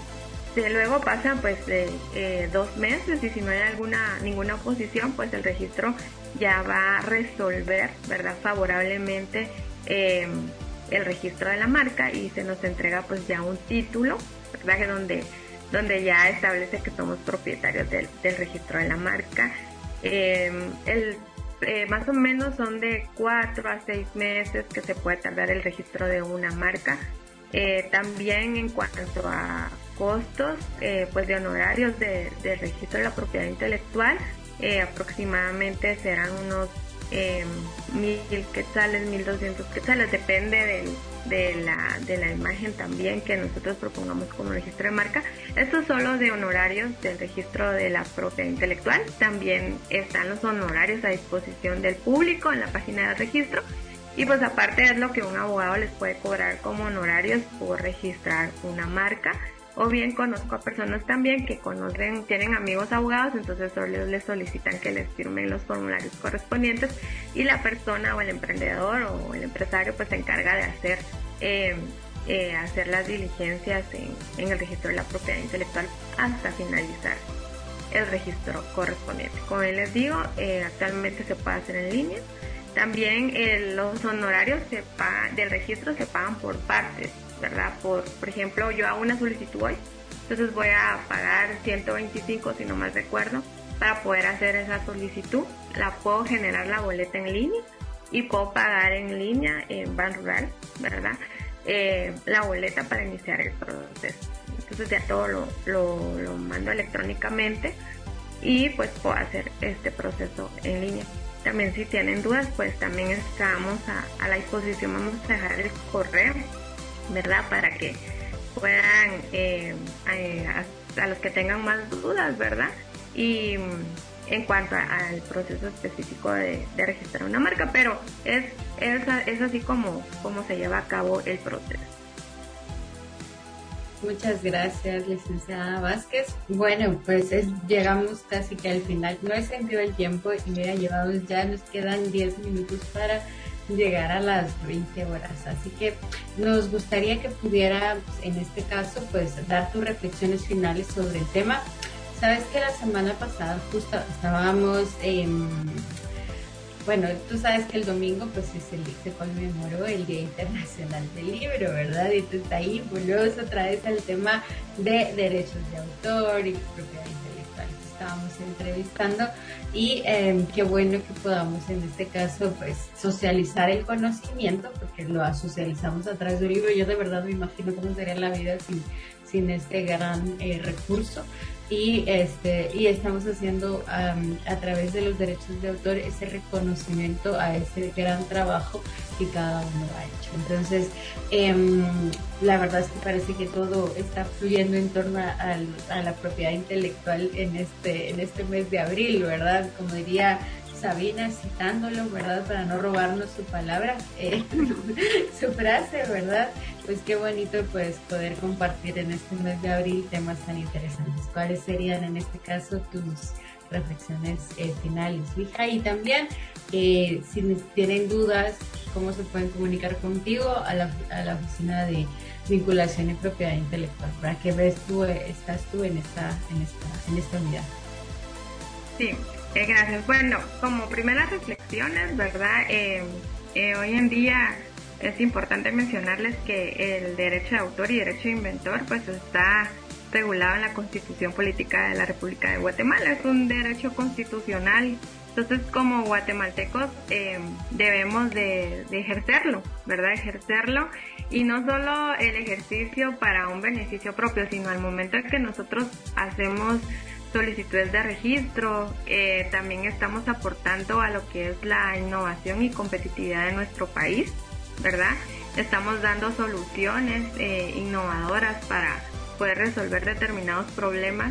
de luego pasan pues eh, eh, dos meses y si no hay alguna ninguna oposición, pues el registro ya va a resolver, ¿verdad?, favorablemente eh, el registro de la marca, y se nos entrega pues ya un título, ¿verdad?, que donde donde ya establece que somos propietarios del, del registro de la marca. Eh, el Eh, más o menos son de cuatro a seis meses que se puede tardar el registro de una marca. Eh, también en cuanto a costos, eh, pues de honorarios de, de registro de la propiedad intelectual, eh, aproximadamente serán unos eh, mil quetzales, mil doscientos quetzales, depende del, de, la, de la imagen también que nosotros propongamos como registro de marca. Esto es solo de honorarios del registro de la propiedad intelectual. También están los honorarios a disposición del público en la página del registro, y pues aparte es lo que un abogado les puede cobrar como honorarios por registrar una marca. O bien conozco a personas también que conocen, tienen amigos abogados, entonces solo les solicitan que les firmen los formularios correspondientes, y la persona o el emprendedor o el empresario pues se encarga de hacer eh, eh, hacer las diligencias en, en el registro de la propiedad intelectual hasta finalizar el registro correspondiente. Como les digo, eh, actualmente se puede hacer en línea. También eh, los honorarios se pagan, del registro se pagan por partes, ¿verdad? Por, por ejemplo, yo hago una solicitud hoy, entonces voy a pagar ciento veinticinco, si no mal recuerdo, para poder hacer esa solicitud. La puedo generar la boleta en línea, y puedo pagar en línea en Ban Rural, ¿verdad? Eh, la boleta para iniciar el proceso. Entonces ya todo lo, lo, lo mando electrónicamente y pues puedo hacer este proceso en línea. También si tienen dudas, pues también estamos a, a la disposición. Vamos a dejar el correo, ¿verdad? Para que puedan, eh, eh, a, a los que tengan más dudas, ¿verdad? Y en cuanto a, al proceso específico de, de registrar una marca, pero es, es, es así como, como se lleva a cabo el proceso.
Muchas gracias, licenciada Vázquez. Bueno, pues es, llegamos casi que al final. No he sentido el tiempo y mira, llevamos ya, nos quedan diez minutos para llegar a las veinte horas. Así que nos gustaría que pudiera, en este caso, pues dar tus reflexiones finales sobre el tema. Sabes que la semana pasada justo estábamos en... Bueno, tú sabes que el domingo pues se, se conmemoró el Día Internacional del Libro, ¿verdad? Y entonces ahí volvemos otra vez al tema de derechos de autor y propiedad intelectual que estábamos entrevistando y eh, qué bueno que podamos en este caso pues socializar el conocimiento porque lo socializamos a través del libro. Yo de verdad me imagino cómo sería la vida sin, sin este gran eh, recurso. Y este y estamos haciendo um, a través de los derechos de autor ese reconocimiento a ese gran trabajo que cada uno ha hecho. Entonces eh, la verdad es que parece que todo está fluyendo en torno a, a la propiedad intelectual en este en este mes de abril, ¿verdad? Como diría Sabina, citándolo, ¿verdad? Para no robarnos su palabra, eh, su frase, ¿verdad? Pues qué bonito pues poder compartir en este mes de abril temas tan interesantes. ¿Cuáles serían en este caso tus reflexiones eh, finales, Vija? Y también, eh, si tienen dudas, ¿cómo se pueden comunicar contigo a la, a la oficina de vinculación y propiedad intelectual? ¿Para qué ves tú, estás tú en esta, en esta, en esta unidad?
Sí. Eh, gracias. Bueno, como primeras reflexiones, ¿verdad? Eh, eh, hoy en día es importante mencionarles que el derecho de autor y derecho de inventor pues está regulado en la Constitución Política de la República de Guatemala. Es un derecho constitucional. Entonces, como guatemaltecos eh, debemos de, de ejercerlo, ¿verdad? Ejercerlo y no solo el ejercicio para un beneficio propio, sino al momento en que nosotros hacemos solicitudes de registro, eh, también estamos aportando a lo que es la innovación y competitividad de nuestro país, ¿verdad? Estamos dando soluciones eh, innovadoras para poder resolver determinados problemas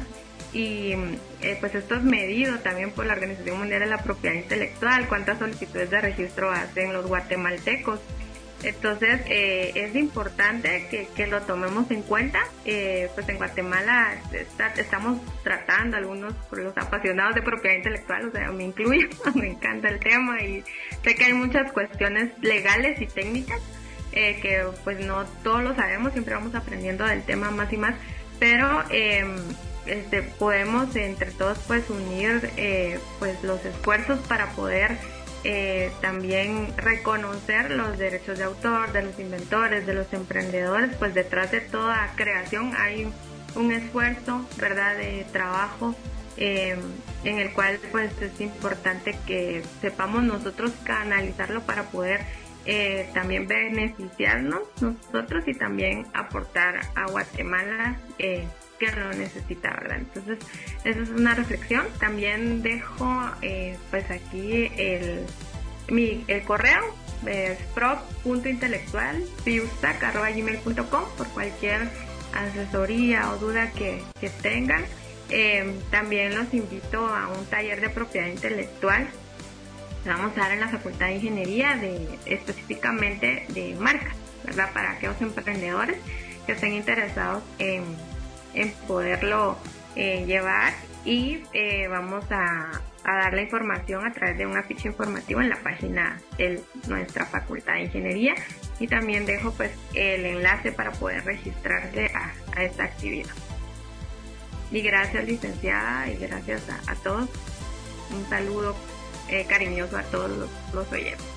y eh, pues esto es medido también por la Organización Mundial de la Propiedad Intelectual, cuántas solicitudes de registro hacen los guatemaltecos. Entonces eh, es importante que, que lo tomemos en cuenta. Eh, pues en Guatemala está, estamos tratando algunos, por los apasionados de propiedad intelectual, o sea, me incluyo, me encanta el tema y sé que hay muchas cuestiones legales y técnicas eh, que pues no todos lo sabemos, siempre vamos aprendiendo del tema más y más, pero eh, este, podemos entre todos pues unir eh, pues los esfuerzos para poder Eh, también reconocer los derechos de autor, de los inventores, de los emprendedores, pues detrás de toda creación hay un esfuerzo, ¿verdad?, de trabajo eh, en el cual pues es importante que sepamos nosotros canalizarlo para poder eh, también beneficiarnos nosotros y también aportar a Guatemala eh, que lo necesita, ¿verdad? Entonces, esa es una reflexión. También dejo, eh, pues aquí el, mi, el correo, es proc punto intelectual piustac arroba gmail punto com por cualquier asesoría o duda que, que tengan. Eh, también los invito a un taller de propiedad intelectual que vamos a dar en la Facultad de Ingeniería, de específicamente de marcas, ¿verdad? Para aquellos emprendedores que estén interesados en en poderlo eh, llevar y eh, vamos a, a dar la información a través de un afiche informativo en la página de nuestra Facultad de Ingeniería y también dejo pues el enlace para poder registrarse a, a esta actividad. Y gracias, licenciada, y gracias a, a todos. Un saludo eh, cariñoso a todos los, los oyentes.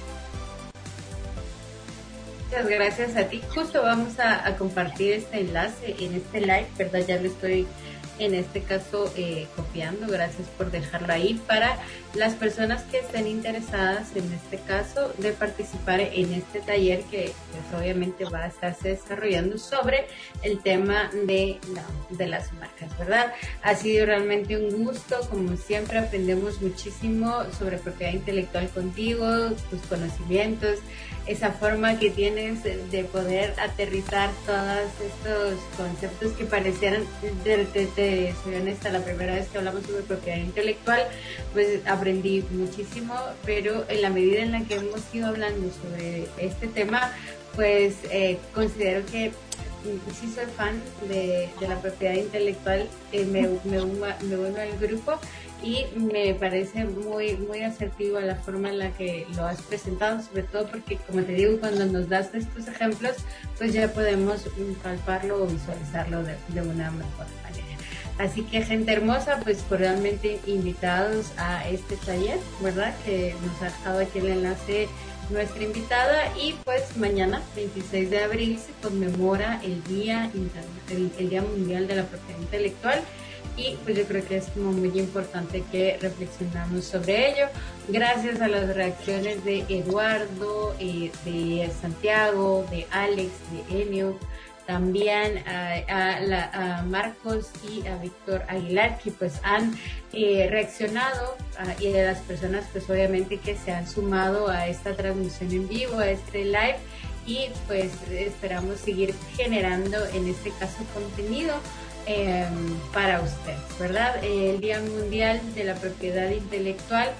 Muchas gracias a ti. Justo vamos a, a compartir este enlace en este live, ¿verdad? Ya lo estoy en este caso eh, copiando. Gracias por dejarlo ahí para las personas que estén interesadas en este caso de participar en este taller que pues, obviamente va a estarse desarrollando sobre el tema de, no, de las marcas, ¿verdad? Ha sido realmente un gusto, como siempre aprendemos muchísimo sobre propiedad intelectual contigo, tus conocimientos, esa forma que tienes de poder aterrizar todos estos conceptos que parecieran, de, de, de, soy honesta, la primera vez que hablamos sobre propiedad intelectual, pues aprendí muchísimo, pero en la medida en la que hemos ido hablando sobre este tema, pues eh, considero que sí soy fan de, de la propiedad intelectual, eh, me, me, uno, me uno al grupo y me parece muy muy asertiva la forma en la que lo has presentado, sobre todo porque, como te digo, cuando nos das estos ejemplos, pues ya podemos palparlo o visualizarlo de, de una mejor manera. Así que, gente hermosa, pues cordialmente invitados a este taller, ¿verdad? Que nos ha dejado aquí el enlace nuestra invitada, y pues mañana veintiséis de abril se conmemora el día el, el día mundial de la propiedad intelectual, y pues yo creo que es como muy importante que reflexionamos sobre ello. Gracias a las reacciones de Eduardo, eh, de Santiago, de Alex, de Enio, también a, a, la, a Marcos y a Víctor Aguilar, que pues han eh, reaccionado, a, y a las personas pues obviamente que se han sumado a esta transmisión en vivo, a este live, y pues esperamos seguir generando en este caso contenido eh, para ustedes, ¿verdad? El Día Mundial de la Propiedad Intelectual,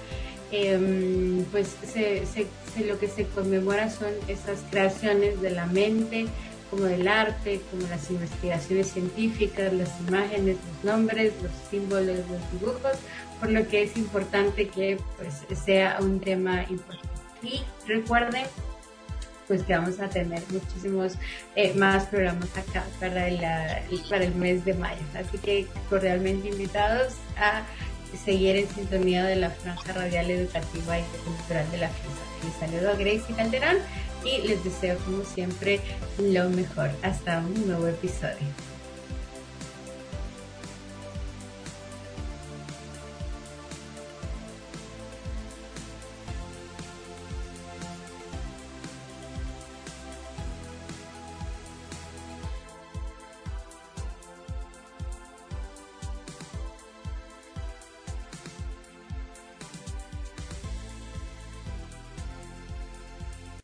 eh, pues se, se, se, lo que se conmemora son esas creaciones de la mente, como del arte, como las investigaciones científicas, las imágenes, los nombres, los símbolos, los dibujos, por lo que es importante que pues sea un tema importante. Y recuerden pues que vamos a tener muchísimos eh, más programas acá para, la, para el mes de mayo. Así que cordialmente invitados a seguir en sintonía de la franja radial educativa y cultural de la FISA. Les saludo a Gracie Calderón y les deseo como siempre lo mejor. Hasta un nuevo episodio.